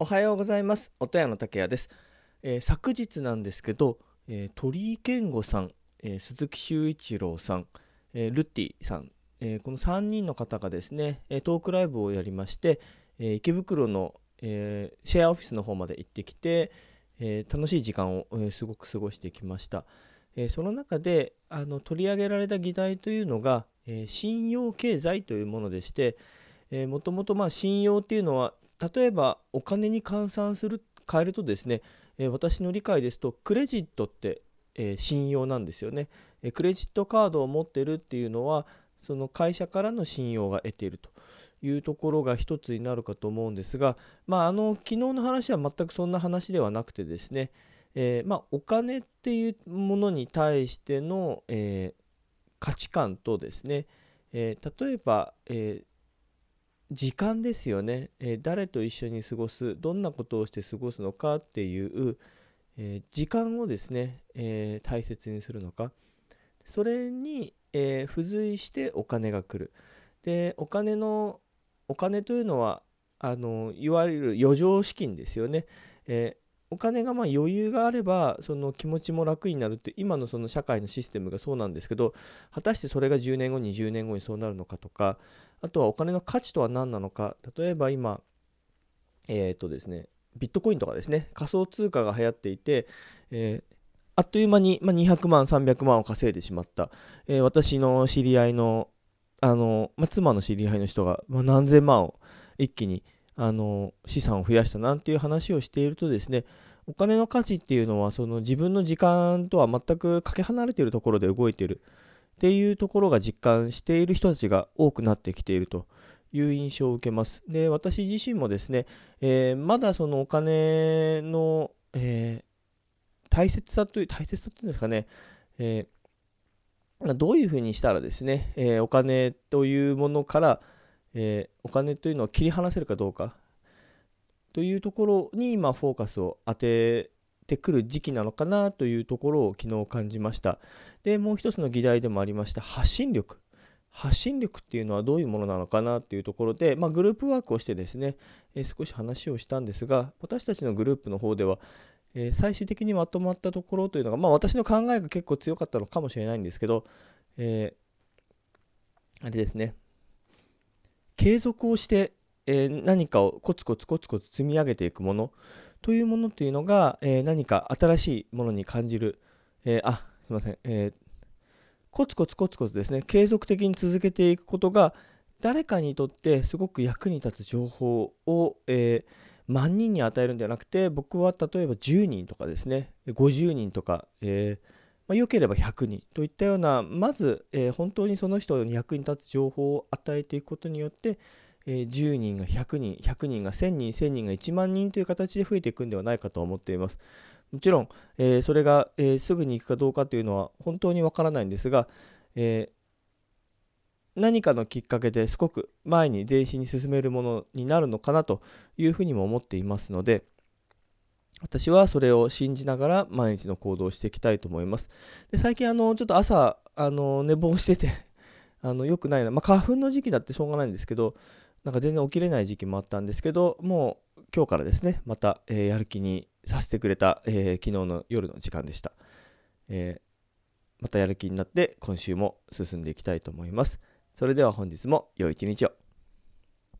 おはようございます。音屋の竹谷です。昨日なんですけど、鳥居健吾さん、鈴木修一郎さん、ルッティさん、この3人の方がですね、トークライブをやりまして、池袋の、シェアオフィスの方まで行ってきて、楽しい時間を、すごく過ごしてきました。その中で取り上げられた議題というのが、信用経済というものでして、もともと信用っていうのは例えばお金に変えるとですね、私の理解ですとクレジットって、信用なんですよね。クレジットカードを持ってるっていうのはその会社からの信用が得ているというところが一つになるかと思うんですが、昨日の話は全くそんな話ではなくてですね、お金っていうものに対しての、価値観とですね、例えば、時間ですよね、誰と一緒に過ごす、どんなことをして過ごすのかっていう、時間をですね、大切にするのか、それに、付随してお金が来る。で、お金というのは、いわゆる余剰資金ですよね。お金が余裕があればその気持ちも楽になるって今のその社会のシステムがそうなんですけど、果たしてそれが10年後20年後にそうなるのかとか、あとはお金の価値とは何なのか。例えば今ですね、ビットコインとかですね、仮想通貨が流行っていて、あっという間に、200万300万を稼いでしまった、私の知り合いの妻の知り合いの人が、何千万を一気に資産を増やしたなんていう話をしているとですね、お金の価値っていうのはその自分の時間とは全くかけ離れているところで動いているっていうところが実感している人たちが多くなってきているという印象を受けます。で、私自身もですね、まだそのお金の、大切さというんですかね、どういうふうにしたらですね、お金というものから、お金というのを切り離せるかどうかというところに今フォーカスを当ててくる時期なのかなというところを昨日感じました。で、もう一つの議題でもありました発信力っていうのはどういうものなのかなっていうところで、グループワークをしてですね、少し話をしたんですが、私たちのグループの方では、最終的にまとまったところというのが、私の考えが結構強かったのかもしれないんですけど、あれですね、継続をして、何かをコツコツコツコツ積み上げていくものというものというのが、何か新しいものに感じる、すいません、コツコツコツコツですね、継続的に続けていくことが誰かにとってすごく役に立つ情報を、万人に与えるんではなくて、僕は例えば10人とかですね、50人とか、良ければ100人といったような、まず、本当にその人に役に立つ情報を与えていくことによって、10人が100人、100人が1000人、1000人が1万人という形で増えていくんではないかと思っています。もちろん、それが、すぐに行くかどうかというのは本当にわからないんですが、何かのきっかけですごく前に前進に進めるものになるのかなというふうにも思っていますので、私はそれを信じながら毎日の行動をしていきたいと思います。で、最近ちょっと朝寝坊してて良くないな、花粉の時期だってしょうがないんですけど、なんか全然起きれない時期もあったんですけど、もう今日からですね、また、やる気にさせてくれた、昨日の夜の時間でした。またやる気になって今週も進んでいきたいと思います。それでは本日も良い一日を。